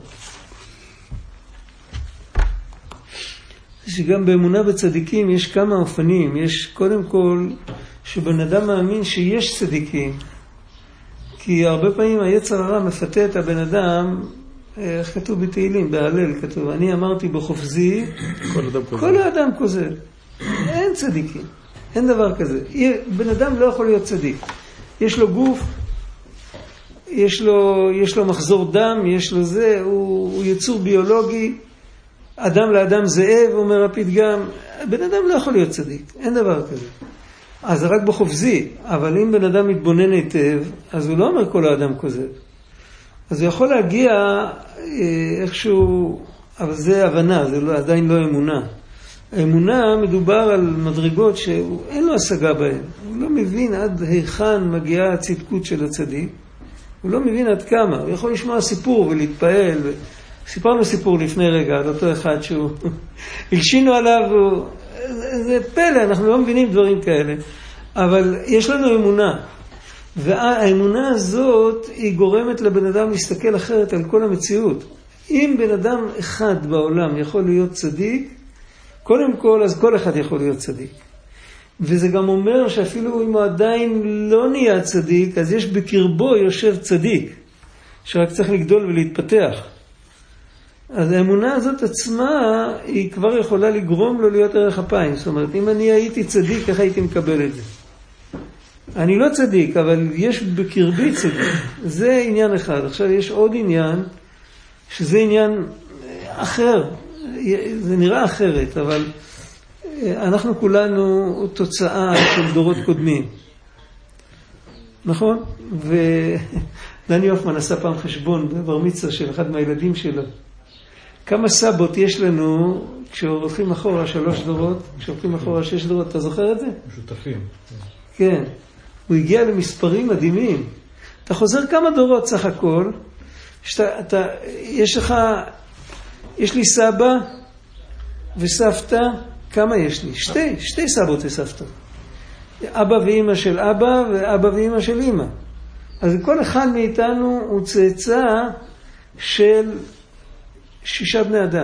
שגם באמונה בצדיקים יש כמה אופנים. יש קודם כל שבן אדם מאמין שיש צדיקים, כי הרבה פעמים היצר הרע מפתה את הבן אדם, איך כתוב בתהילים, בהלל כתוב, אני אמרתי בחופזי, כל האדם כוזב. אין צדיקים, אין דבר כזה. בן אדם לא יכול להיות צדיק. יש לו גוף, יש לו מחזור דם, יש לו זה, הוא יצור ביולוגי, אדם לאדם זאב, אומר הפתגם, בן אדם לא יכול להיות צדיק, אין דבר כזה. אז זה רק בחופזי, אבל אם בן אדם מתבונן היטב, אז הוא לא אומר כל האדם כוזב. אז הוא יכול להגיע איכשהו, אבל זה הבנה, זה לא, עדיין לא אמונה. האמונה מדובר על מדרגות שאין לו השגה בהן. הוא לא מבין עד היכן מגיעה הצדקות של הצדיק. הוא לא מבין עד כמה. הוא יכול לשמוע סיפור ולהתפעל. סיפרנו סיפור לפני רגע על אותו אחד שהוא הלשינו עליו. זה פלא, אנחנו לא מבינים דברים כאלה. אבל יש לנו אמונה. והאמונה הזאת היא גורמת לבן אדם להסתכל אחרת על כל המציאות. אם בן אדם אחד בעולם יכול להיות צדיק, קודם כל, אז כל אחד יכול להיות צדיק. וזה גם אומר שאפילו אם הוא עדיין לא נהיה צדיק, אז יש בקרבו יושב צדיק, שרק צריך לגדול ולהתפתח. אז האמונה הזאת עצמה, היא כבר יכולה לגרום לו להיות ערך אפיים. זאת אומרת, אם אני הייתי צדיק, איך הייתי מקבל את זה? אני לא צדיק, אבל יש בקרבי צדיק. זה עניין אחד. עכשיו יש עוד עניין, שזה עניין אחר. זה נראה אחרת, אבל אנחנו כולנו תוצאה של דורות קודמים. נכון? ודני הופמן עשה פעם חשבון בבר מצווה של אחד מהילדים שלו. כמה סבות יש לנו כשהולכים אחורה 3 דורות, כשהולכים אחורה 6 דורות, אתה זוכר את זה? משותפים. כן. הוא הגיע למספרים מדהימים. אתה חוזר כמה דורות סך הכל, יש לי סבא וסבתא, כמה יש לי? שתי סבות וסבתא. אבא ואמא של אבא ואבא ואמא של אמא. אז כל אחד מאיתנו הוא צאצא של 6 בני אדם.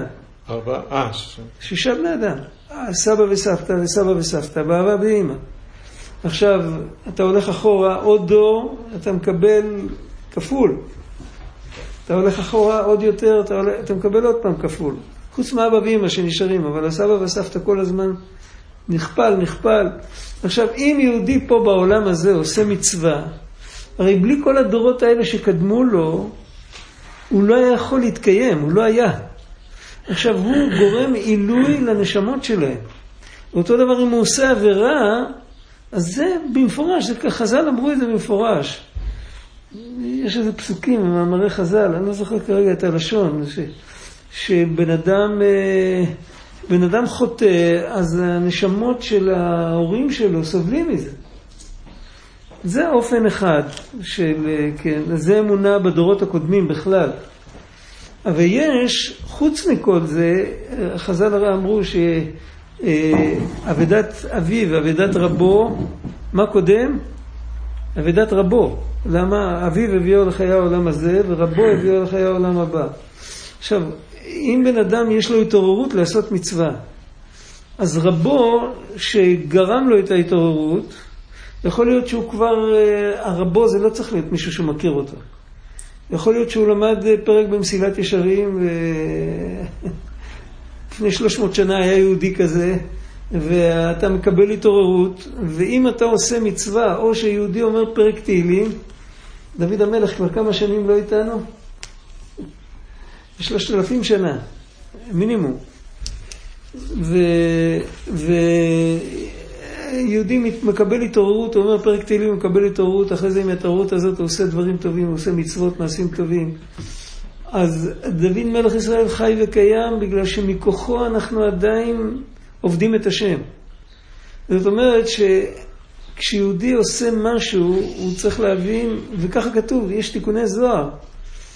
6 בני אדם. סבא וסבתא וסבא וסבתא, באבא ואמא. עכשיו, אתה הולך אחורה עוד דור, אתה מקבל כפול. אתה הולך אחורה עוד יותר, אתה מקבל עוד פעם כפול. חוץ מאבא ואמא שנשארים, אבל הסבא והסבתא כל הזמן נכפל. עכשיו, אם יהודי פה בעולם הזה עושה מצווה, הרי בלי כל הדורות האלה שקדמו לו, הוא לא היה יכול להתקיים, הוא לא היה. עכשיו, הוא גורם עילוי לנשמות שלהם. אותו דבר אם הוא עושה עבירה, אז זה במפורש, חז"ל אמרו את זה במפורש. יש איזה פסוקים במאמרי חז"ל, אני לא זוכר כרגע את הלשון, שבן אדם חוטא, אז הנשמות של ההורים שלו סובלים מזה. זה אופן אחד כן, זה אמונה בדורות הקודמים בכלל. אבל יש, חוץ מכל זה, חז"ל הרי אמרו שעבודת אביו ועבודת רבו, מה קודם? עבודת רבו. למה? אביו הביאו לחיי העולם הזה, ורבו הביאו לחיי העולם הבא. עכשיו, אם בן אדם יש לו התעוררות לעשות מצווה, אז רבו שגרם לו את ההתעוררות, יכול להיות שהוא כבר, הרבו זה לא צריך להיות מישהו שמכיר אותו. יכול להיות שהוא למד פרק במסילת ישרים, לפני 300 שנה היה יהודי כזה, ואתה מקבל התעוררות, ואם אתה עושה מצווה, או שיהודי אומר פרק תהילים, דוד המלך כבר כמה שנים לא איתנו? 3,000 שנה, מינימום. ויהודי מקבל התעוררות, הוא אומר פרק תהילים, הוא מקבל התעוררות, אחרי זה עם ההתעוררות הזאת הוא עושה דברים טובים, הוא עושה מצוות, מעשים טובים. אז דוד מלך ישראל חי וקיים, בגלל שמכוחו אנחנו עדיין עובדים את השם. זאת אומרת שכשיהודי עושה משהו, הוא צריך להבין, וככה כתוב, יש תיקוני זוהר.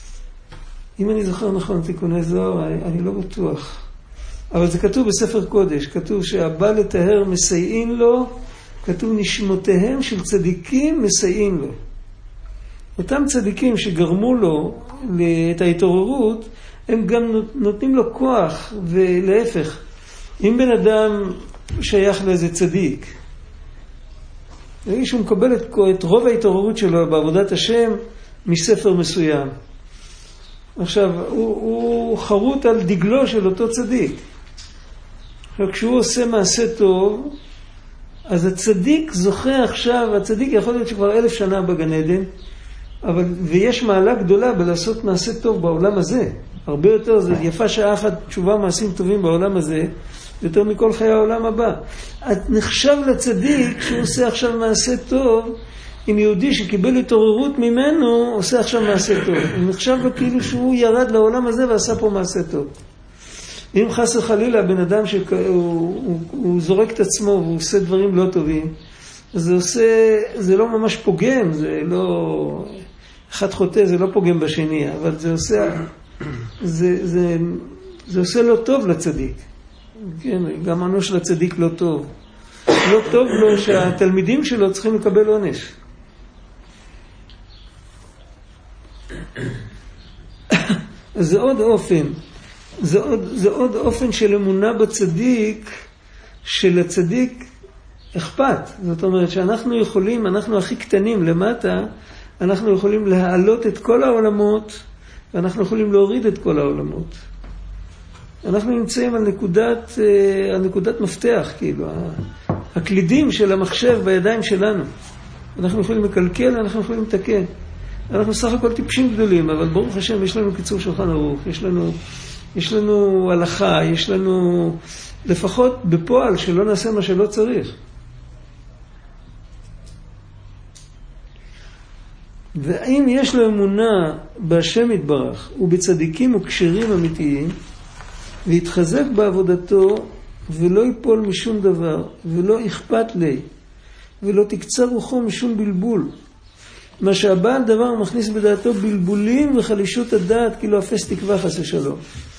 אם אני זוכר נכון תיקוני זוהר, אני לא בטוח. אבל זה כתוב בספר קודש, כתוב שהבא לטהר מסייעים לו, כתוב נשמותיהם של צדיקים מסייעים לו. אותם צדיקים שגרמו לו את ההתעוררות, הם גם נותנים לו כוח, ולהפך. אם בן אדם שייך לאיזה צדיק, שהוא מקבל את רוב ההתעוררות שלו בעבודת השם מספר מסוים. עכשיו, הוא חרוט על דגלו של אותו צדיק. עכשיו, כשהוא עושה מעשה טוב, אז הצדיק זוכה עכשיו, הצדיק יכול להיות שכבר 1000 שנה בגן עדן, ויש מעלה גדולה בלעשות מעשה טוב בעולם הזה. הרבה יותר, זה יפה שעה אחת תשובה מעשים טובים בעולם הזה, יותר מכל חיי העולם הבא. את נחשב לצדיק שהוא עושה עכשיו מעשה טוב, עם יהודי שקיבל התעוררות ממנו, עושה עכשיו מעשה טוב. הוא נחשב לו כאילו שהוא ירד לעולם הזה ועשה פה מעשה טוב. אם חס וחלילה בן אדם שהוא זורק את עצמו והוא עושה דברים לא טובים, אז זה לא ממש פוגם, זה לא, אחד חוטא זה לא פוגם בשני, אבל זה עושה לא טוב לצדיק. כן, גם אנוש לצדיק לא טוב. לא טוב לו שהתלמידים שלו צריכים לקבל עונש. אז זה עוד אופן. זה עוד אופן של אמונה בצדיק, שלצדיק אכפת. זאת אומרת שאנחנו יכולים, אנחנו הכי קטנים למטה, אנחנו יכולים להעלות את כל העולמות, ואנחנו יכולים להוריד את כל העולמות. אנחנו נמצאים על נקודת מפתח, כאילו, הקלידים של המחשב בידיים שלנו. אנחנו יכולים לקלקל, אנחנו יכולים לתקן. אנחנו סך הכל טיפשים גדולים, אבל ברוך השם יש לנו קיצור שולחן ערוך, יש לנו הלכה, יש לנו לפחות בפועל שלא נעשה מה שלא צריך. ואם יש לו אמונה בהשם יתברך ובצדיקים וכשרים אמיתיים, ויתחזק בעבודתו ולא ייפול משום דבר ולא אכפת לי ולא תקצר רוחו משום בלבול, מה שהבעל דבר מכניס בדעתו בלבולים וחלישות הדעת, כאילו אפס תקווה חס ושלום.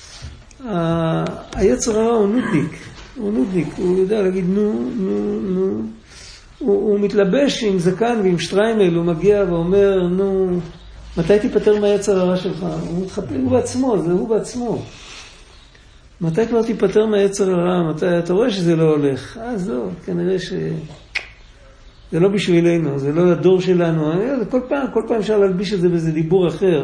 היצר הרע הוא נודניק, הוא יודע להגיד נו, הוא מתלבש עם זקן ועם שטריימל, הוא מגיע ואומר נו, מתי תיפטר מהיצר הרע שלך? הוא מתחפש, הוא בעצמו. מתי כבר תיפטר מהיצר הרע? מתי אתה רואה שזה לא הולך? אז לא, כנראה זה לא בשבילנו, זה לא הדור שלנו. כל פעם אפשר להלביש את זה באיזה דיבור אחר.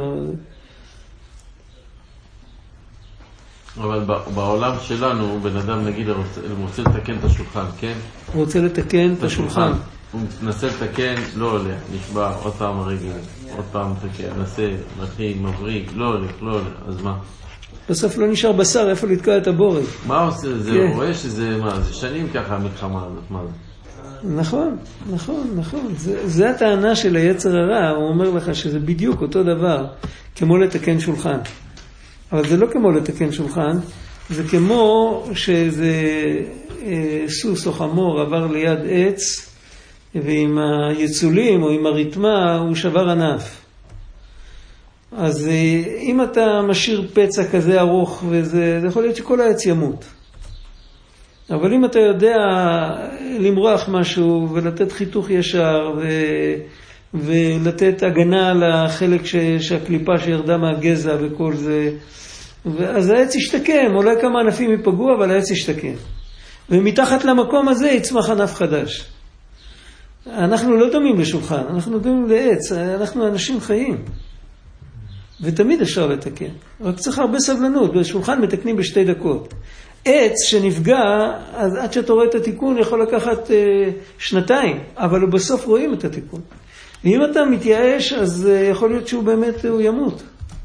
אבל בעולם שלנו, בן אדם נגיד רוצה לתקן את השולחן, כן? הוא רוצה לתקן את השולחן. הוא מנסה לתקן, לא הולך, נשבע, עוד פעם הרגל, עוד פעם מתקן, נסה, מכין, מבריק, לא הולך, אז מה? בסוף לא נשאר בשר, איפה לתקוע את הבורג. מה עושה? זה הוא רואה שזה, מה? זה שנים ככה המלחמה הזאת, מה זה? נכון. זה הטענה של היצר הרע, הוא אומר לך שזה בדיוק אותו דבר, כמו לתקן שולחן. אבל זה לא כמו לתקן שולחן, זה כמו שזה סוס או חמור עבר ליד עץ, ועם היצולים או עם הרתמה הוא שבר ענף. אז אם אתה משאיר פצע כזה ארוך, זה יכול להיות שכל העץ ימות. אבל אם אתה יודע למרוח משהו ולתת חיתוך ישר ולתת הגנה לחלק שהקליפה שירדה מהגזע וכל זה, אז העץ ישתקם, אולי כמה ענפים ייפגעו, אבל העץ ישתקם. ומתחת למקום הזה יצמח ענף חדש. אנחנו לא דומים לשולחן, אנחנו דומים לעץ, אנחנו אנשים חיים. ותמיד אפשר לתקן. רק צריך הרבה סבלנות, בשולחן מתקנים ב2 דקות. עץ שנפגע, אז עד שאתה רואה את התיקון יכול לקחת 2, אבל בסוף רואים את התיקון. ואם אתה מתייאש, אז יכול להיות שהוא באמת הוא ימות.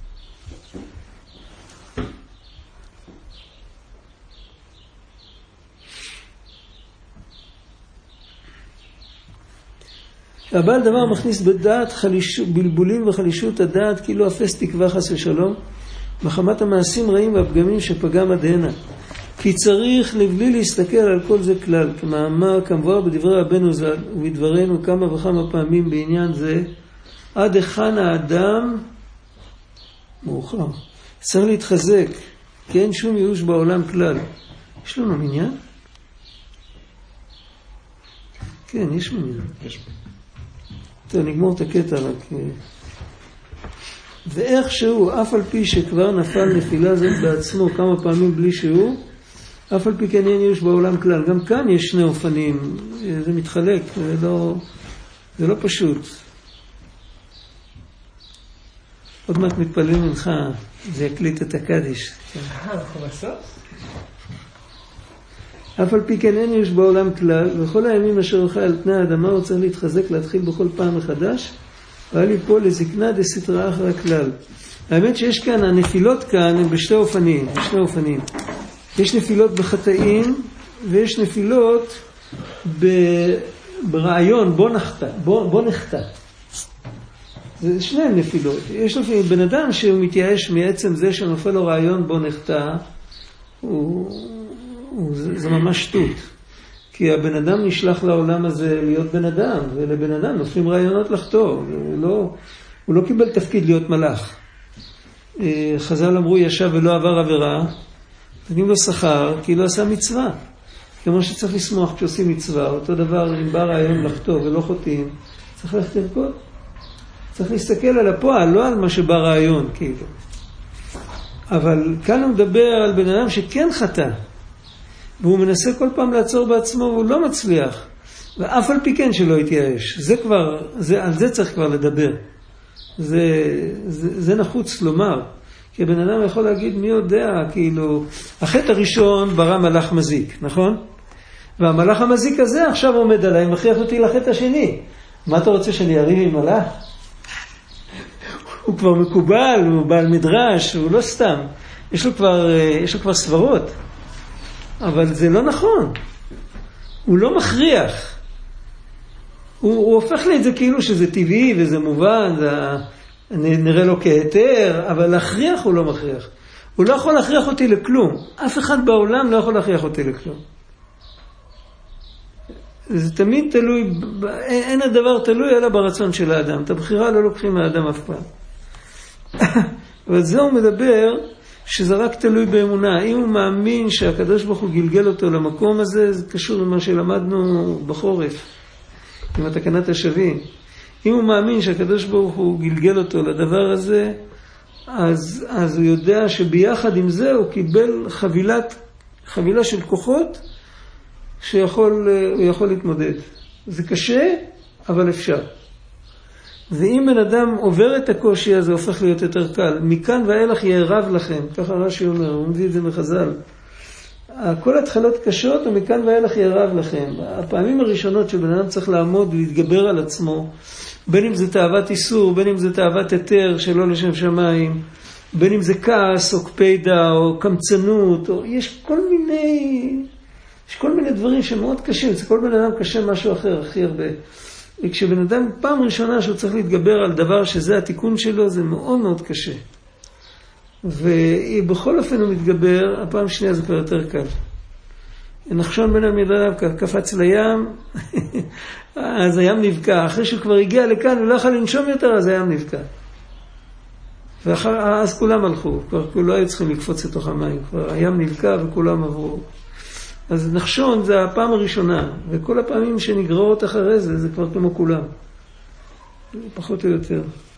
הבעל דבר מכניס בדעת בלבולים וחלישות הדעת, כאילו אפס תקווה חס ושלום, מחמת המעשים רעים והפגמים שפגם עד הנה. כי צריך לבלי להסתכל על כל זה כלל, כמאמר, כמבואר בדברי רבנו ז"ל, ובדברנו כמה וכמה פעמים בעניין זה, עד היכן האדם מאוחר. צריך להתחזק, כי אין שום ייאוש בעולם כלל. יש לנו מניין? כן, יש מניין. טוב, נגמור את הקטע רק. ואיכשהו, אף על פי שכבר נפל נפילה זאת בעצמו כמה פעמים בלי שהוא, אף על פי כן אין ייאוש בעולם כלל. גם כאן יש שני אופנים, זה מתחלק, זה לא פשוט. עוד מעט מתפללים ממך, זה יקליט את הקדיש. אנחנו בסוף? אף על פי כן אין ייאוש בעולם כלל, וכל הימים אשר חי על פני האדמה הוא צריך להתחזק, להתחיל בכל פעם מחדש, ועל ליפול לזקנה דסתרא אחרא הכלל. האמת שיש כאן, הנפילות כאן הן בשני אופנים. יש נפילות בחטאים, ויש נפילות ברעיון, בוא נחטא. זה שני נפילות. יש לפעמים בן אדם שהוא מתייאש מעצם זה שנופל לו רעיון בוא נחטא, זה ממש שטות. כי הבן אדם נשלח לעולם הזה להיות בן אדם, ולבן אדם נופלים רעיונות לחטוא. הוא לא קיבל תפקיד להיות מלאך. חז"ל אמרו ישב ולא עבר עבירה, נותנים לו שכר כי לא עשה מצווה. כמו שצריך לשמוח כשעושים מצווה, אותו דבר אם בא רעיון לחטוא ולא חוטאים, צריך ללכת לרקוד. צריך להסתכל על הפועל, לא על מה שבא רעיון, כאילו. אבל כאן הוא מדבר על בן אדם שכן חטא, והוא מנסה כל פעם לעצור בעצמו, והוא לא מצליח. ואף על פי כן שלא יתייאש. על זה צריך כבר לדבר. זה נחוץ לומר. כי הבן אדם יכול להגיד, מי יודע, כאילו, החטא הראשון ברא מלאך מזיק, נכון? והמלאך המזיק הזה עכשיו עומד עליי, מכריח אותי לחטא השני. מה אתה רוצה שאני אריב עם מלאך? הוא כבר מקובל, הוא בעל מדרש, הוא לא סתם. יש לו כבר סברות. אבל זה לא נכון. הוא לא מכריח. הוא הופך לי את זה כאילו שזה טבעי וזה מובן, נראה לו כהיתר, אבל להכריח הוא לא מכריח. הוא לא יכול להכריח אותי לכלום. אף אחד בעולם לא יכול להכריח אותי לכלום. זה תמיד תלוי, אין הדבר תלוי אלא ברצון של האדם. את הבחירה לא לוקחים מהאדם אף פעם. אבל זה הוא מדבר שזה רק תלוי באמונה. אם הוא מאמין שהקדוש ברוך הוא גלגל אותו למקום הזה, זה קשור למה שלמדנו בחורף, עם התקנת השבים. אם הוא מאמין שהקדוש ברוך הוא גלגל אותו לדבר הזה, אז הוא יודע שביחד עם זה הוא קיבל חבילה של כוחות שהוא יכול להתמודד. זה קשה, אבל אפשר. ואם בן אדם עובר את הקושי הזה, הופך להיות יותר קל. מכאן ואילך יערב לכם, ככה רש"י אומר, הוא מביא את זה מחז"ל. כל התחלות קשות, ומכאן ואילך יערב לכם. הפעמים הראשונות שבן אדם צריך לעמוד ולהתגבר על עצמו, בין אם זה תאוות איסור, בין אם זה תאוות היתר שלא לשם שמיים, בין אם זה כעס או קפידה או קמצנות, או יש כל מיני דברים שמאוד קשים. זה כל בן אדם קשה משהו אחר, הכי הרבה. וכשבן אדם פעם ראשונה שהוא צריך להתגבר על דבר שזה התיקון שלו, זה מאוד מאוד קשה. ובכל אופן הוא מתגבר, הפעם שנייה זה כבר יותר קל. נחשון בן עמידרב קפץ לים, אז הים נבקע. אחרי שהוא כבר הגיע לכאן, הוא לא יכול לנשום יותר, אז הים נבקע. ואז כולם הלכו, כבר לא היו צריכים לקפוץ לתוך המים, כבר הים נבקע וכולם עברו. אז נחשון זה הפעם הראשונה, וכל הפעמים שנגרעות אחרי זה, זה כבר כמו כולם. פחות או יותר.